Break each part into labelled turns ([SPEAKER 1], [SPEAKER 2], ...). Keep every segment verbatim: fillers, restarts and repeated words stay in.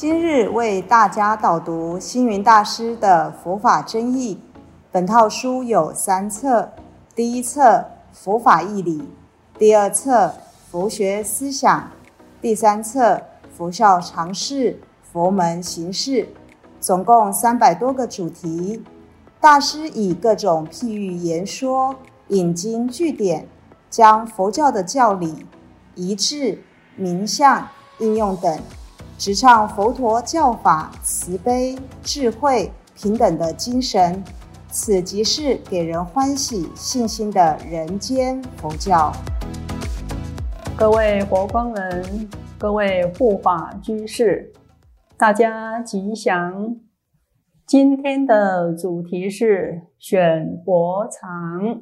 [SPEAKER 1] 今日为大家导读星云大师的佛法真义。本套书有三册：第一册佛法义理，第二册佛学思想，第三册佛教常识、佛门行事，总共三百多个主题。大师以各种譬喻言说，引经据典，将佛教的教理、仪制、名相、应用等，直唱佛陀教法慈悲、智慧、平等的精神，此即是给人欢喜信心的人间佛教。
[SPEAKER 2] 各位佛光人，各位护法居士，大家吉祥。今天的主题是选佛常，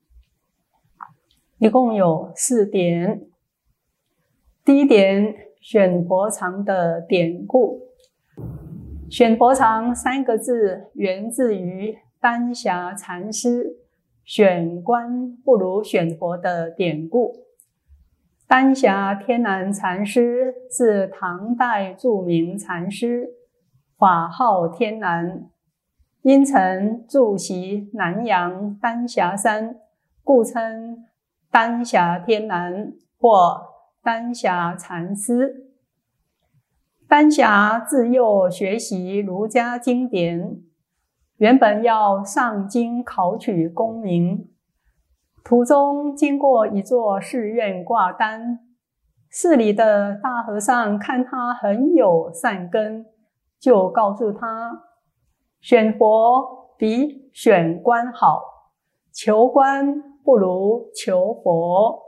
[SPEAKER 2] 一共有四点。第一点，选佛常的典故。选佛常三个字源自于丹霞禅师选官不如选佛的典故。丹霞天南禅师是唐代著名禅师，法号天南，因曾住习南阳丹霞山，故称丹霞天南或丹霞禅师。丹霞自幼学习儒家经典，原本要上京考取功名，途中经过一座寺院挂单，寺里的大和尚看他很有善根，就告诉他，选佛比选官好，求官不如求佛。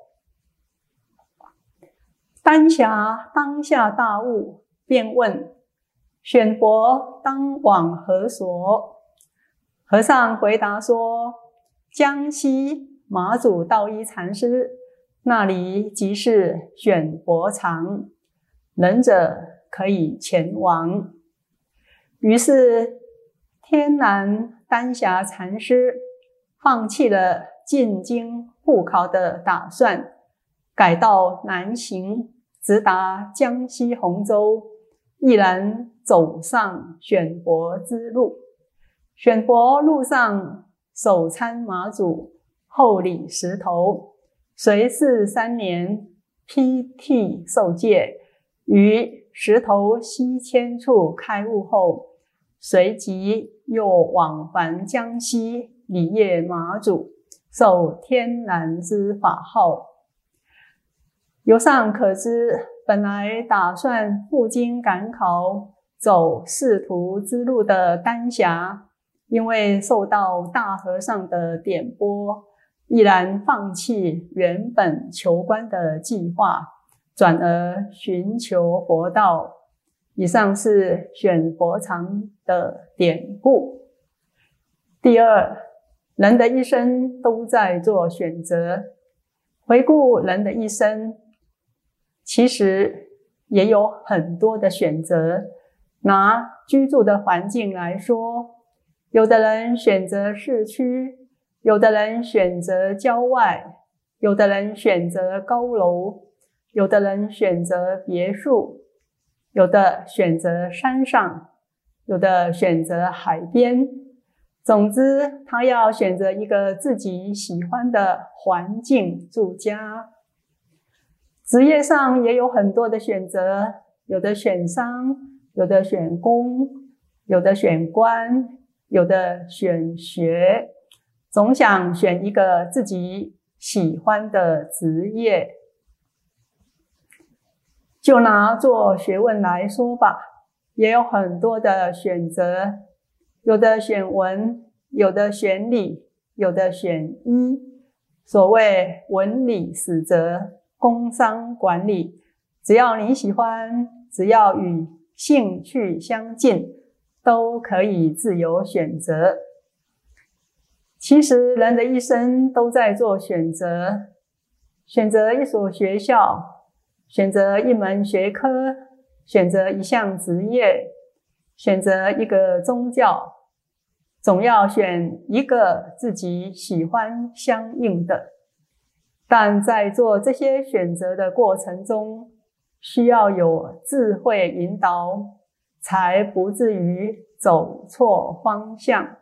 [SPEAKER 2] 丹霞当下大悟，便问，选佛当往何所？和尚回答说，江西马祖道一禅师那里即是选佛常，仁者可以前往。于是天南丹霞禅师放弃了进京赴考的打算，改道南行，直达江西洪州，毅然走上选佛之路。选佛路上首参马祖，后礼石头，随侍三年，披剃受戒，于石头西迁处开悟后，随即又往返江西，礼谒马祖，受天南之法号。由上可知，本来打算赴京赶考，走仕途之路的丹霞，因为受到大和尚的点拨，毅然放弃原本求官的计划，转而寻求佛道。以上是选佛常的典故。第二，人的一生都在做选择。回顾人的一生，其实也有很多的选择。拿居住的环境来说，有的人选择市区，有的人选择郊外，有的人选择高楼，有的人选择别墅，有的选择山上，有的选择海边。总之，他要选择一个自己喜欢的环境住家。职业上也有很多的选择，有的选商，有的选工，有的选官，有的选学，总想选一个自己喜欢的职业。就拿做学问来说吧，也有很多的选择，有的选文，有的选理，有的选医。所谓文理史哲，工商管理，只要你喜欢，只要与兴趣相近，都可以自由选择。其实人的一生都在做选择，选择一所学校，选择一门学科，选择一项职业，选择一个宗教，总要选一个自己喜欢相应的。但在做这些选择的过程中，需要有智慧引导， 才不至于走错方向。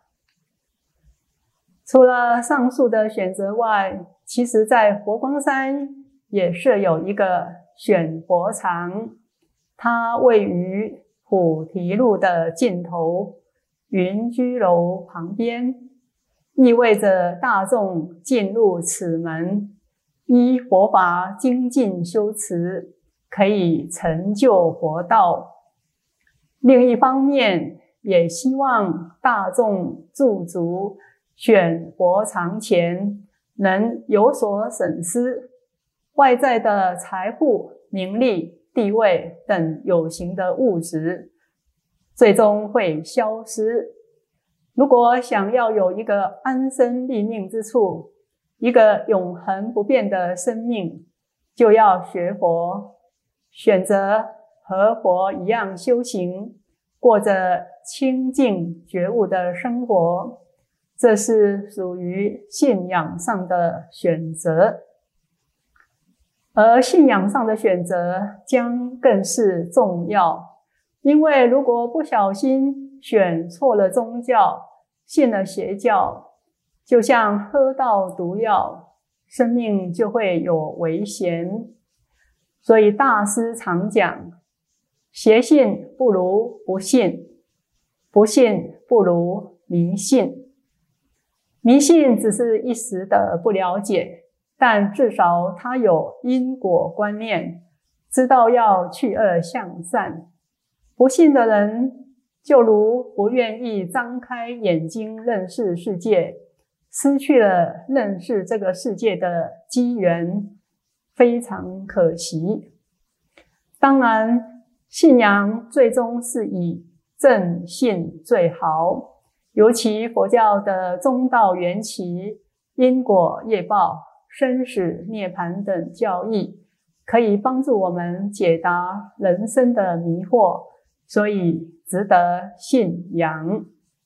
[SPEAKER 2] 除了上述的选择外，其实在佛光山也设有一个选佛场，它位于菩提路的尽头，云居楼旁边，意味着大众进入此门，依佛法精进修持，可以成就佛道。另一方面，也希望大众驻足选佛场前，能有所审思，外在的财富、名利、地位等有形的物质，最终会消失。如果想要有一个安身立命之处，一个永恒不变的生命，就要学佛，选择和佛一样修行，过着清净觉悟的生活，这是属于信仰上的选择。而信仰上的选择将更是重要，因为如果不小心选错了宗教，信了邪教，就像喝到毒药，生命就会有危险。所以大师常讲，邪信不如不信，不信不如迷信。迷信只是一时的不了解，但至少他有因果观念，知道要去恶向善。不信的人就如不愿意张开眼睛认识世界，失去了认识这个世界的机缘，非常可惜。当然，信仰最终是以正信最好，尤其佛教的中道缘起、因果业报、生死涅槃等教义，可以帮助我们解答人生的迷惑，所以值得信仰。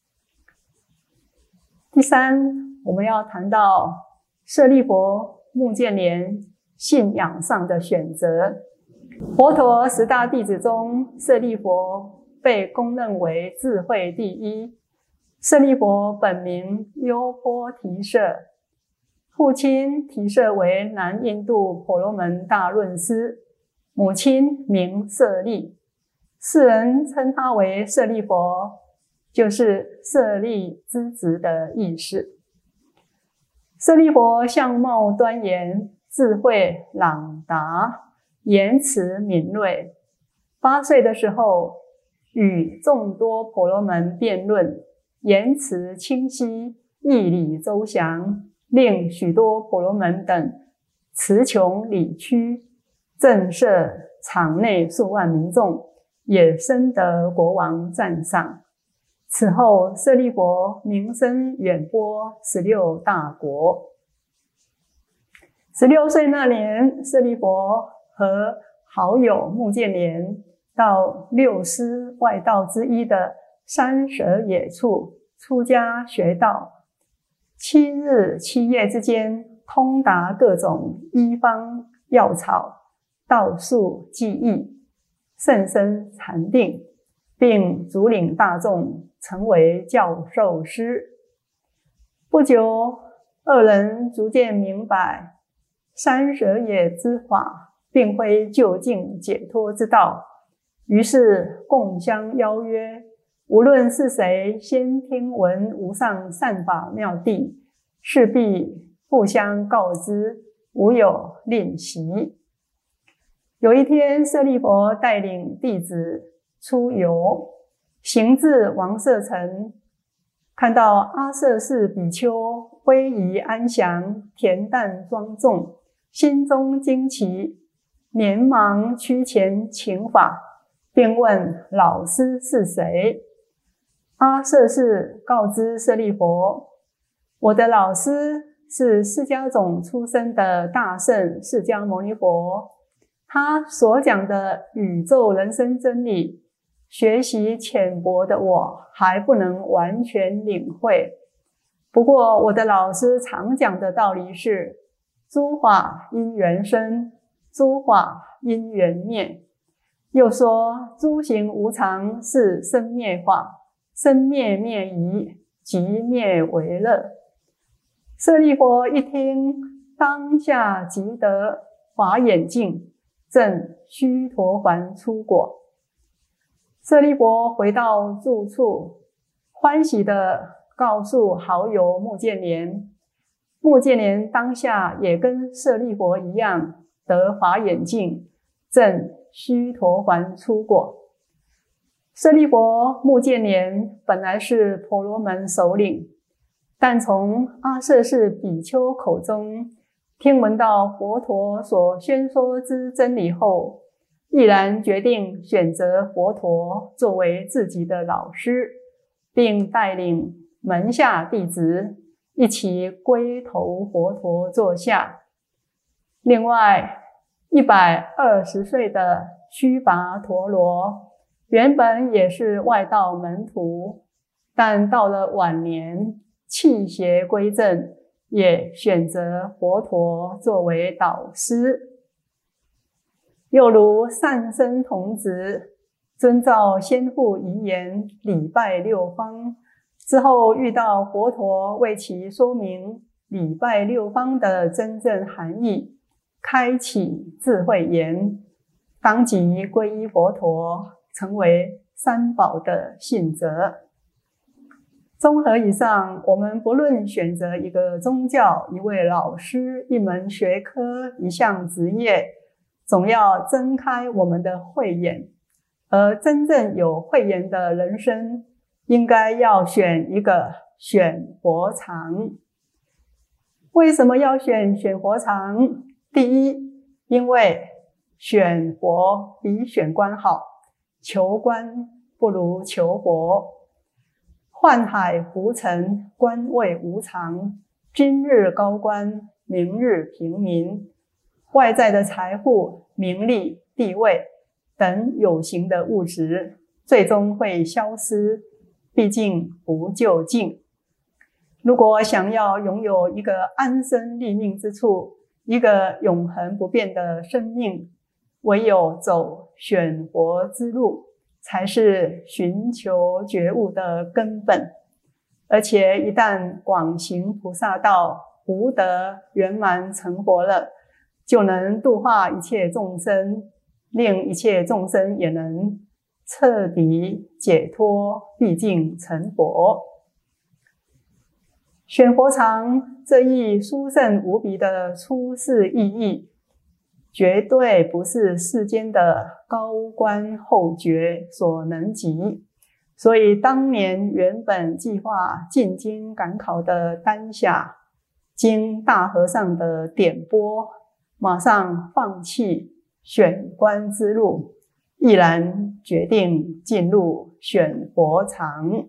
[SPEAKER 2] 第三，我们要谈到舍利弗、目犍连信仰上的选择。佛陀十大弟子中，舍利弗被公认为智慧第一。舍利弗本名优波提舍，父亲提舍为南印度婆罗门大论师，母亲名舍利，世人称他为舍利弗，就是舍利之子的意思。舍利弗相貌端严，智慧朗达，言辞敏锐。八岁的时候，与众多婆罗门辩论，言辞清晰，义理周详，令许多婆罗门等词穷理屈，震慑场内数万民众，也深得国王赞赏。此后，舍利弗名声远播十六大国。十六岁那年，舍利弗和好友目犍连到六师外道之一的山舍野处出家学道，七日七夜之间，通达各种医方药草、道术技艺，甚深禅定，并主领大众成为教授师。不久，二人逐渐明白山舍野之法并非究竟解脱之道，于是共相邀约，无论是谁先听闻无上善法妙谛，势必互相告知，无有吝惜。有一天，舍利弗带领弟子出游，行至王舍城，看到阿舍氏比丘威仪安详，恬淡庄重，心中惊奇，连忙趋前请法，便问老师是谁。阿舍氏告知舍利弗，我的老师是释迦种出生的大圣释迦牟尼佛，他所讲的宇宙人生真理，学习浅薄的我还不能完全领会。不过我的老师常讲的道理是，诸法因缘生，诸法因缘灭。 又说诸行无常是生灭法，生灭灭疑，即灭为乐。舍利弗一听，当下即得华眼净，证须陀洹出果。舍利弗回到住处，欢喜地告诉好友目犍连。目犍连当下也跟舍利弗一样得华眼净，证须陀洹出果。舍利弗、目犍连本来是婆罗门首领，但从阿阇世比丘口中听闻到佛陀所宣说之真理后，毅然决定选择佛陀作为自己的老师，并带领门下弟子一起归投佛陀座下。另外，一百二十岁的须跋陀罗原本也是外道门徒，但到了晚年弃邪归正，也选择佛陀作为导师。又如善生童子遵照先父遗言礼拜六方，之后遇到佛陀为其说明礼拜六方的真正含义，开启智慧言，当即皈依佛陀，成为三宝的信者。综合以上，我们不论选择一个宗教、一位老师、一门学科、一项职业，总要睁开我们的慧眼。而真正有慧眼的人生，应该要选一个选佛常。为什么要选选佛常？第一，因为选佛比选官好，求官不如求佛。宦海浮沉，官位无常，今日高官，明日平民。外在的财富、名利、地位等有形的物质，最终会消失，毕竟不究竟。如果想要拥有一个安身立命之处，一个永恒不变的生命，唯有走选佛之路，才是寻求觉悟的根本。而且一旦广行菩萨道，福德圆满成佛了，就能度化一切众生，令一切众生也能彻底解脱，毕竟成佛。选佛常这一殊胜无比的出世意义，绝对不是世间的高官厚爵所能及。所以当年原本计划进京赶考的当下，经大和尚的点拨，马上放弃选官之路，毅然决定进入选佛常。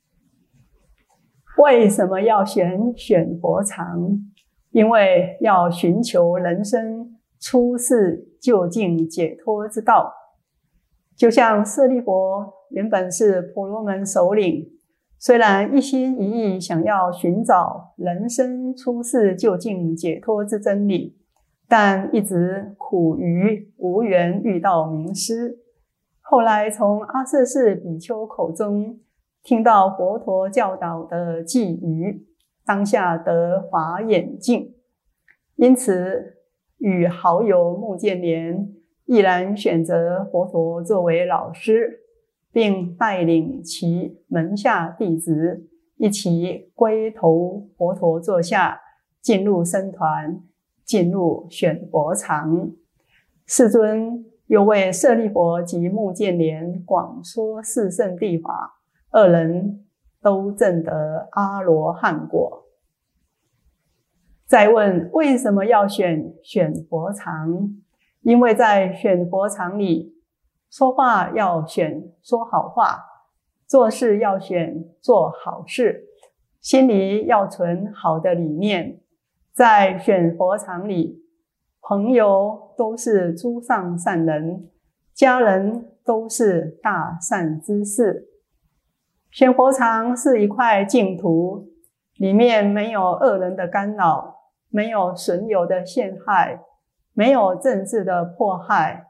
[SPEAKER 2] 为什么要选选佛常？因为要寻求人生出世究竟解脱之道。就像舍利弗原本是婆罗门首领，虽然一心一意想要寻找人生出世究竟解脱之真理，但一直苦于无缘遇到名师。后来从阿阇世比丘口中听到佛陀教导的偈语，当下得华眼净，因此与好友目犍连毅然选择佛陀作为老师，并带领其门下弟子一起归投佛陀座下，进入僧团，进入选佛常。世尊又为舍利弗及目犍连广说四圣谛法，二人都证得阿罗汉果。再问为什么要选选佛常？因为在选佛常里，说话要选说好话，做事要选做好事，心里要存好的理念。在选佛常里，朋友都是诸上善人，家人都是大善之士。选佛常是一块净土，里面没有恶人的干扰，没有损友的陷害，没有政治的迫害，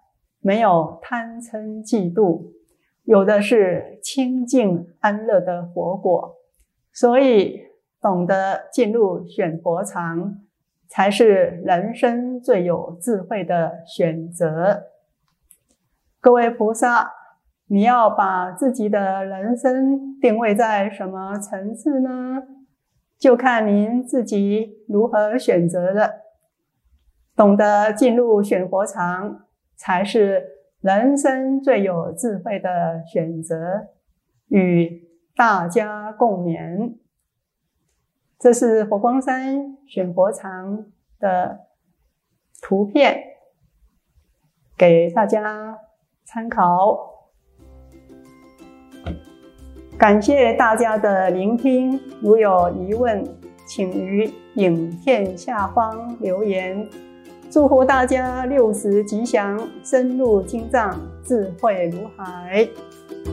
[SPEAKER 2] 没有贪嗔嫉妒，有的是清净安乐的佛果。所以懂得进入选佛场，才是人生最有智慧的选择。各位菩萨，你要把自己的人生定位在什么层次呢？就看您自己如何选择了。懂得进入选佛场，才是人生最有智慧的选择，与大家共勉。这是佛光山选佛场的图片，给大家参考。感谢大家的聆听，如有疑问，请于影片下方留言。祝福大家六时吉祥，深入经藏，智慧如海。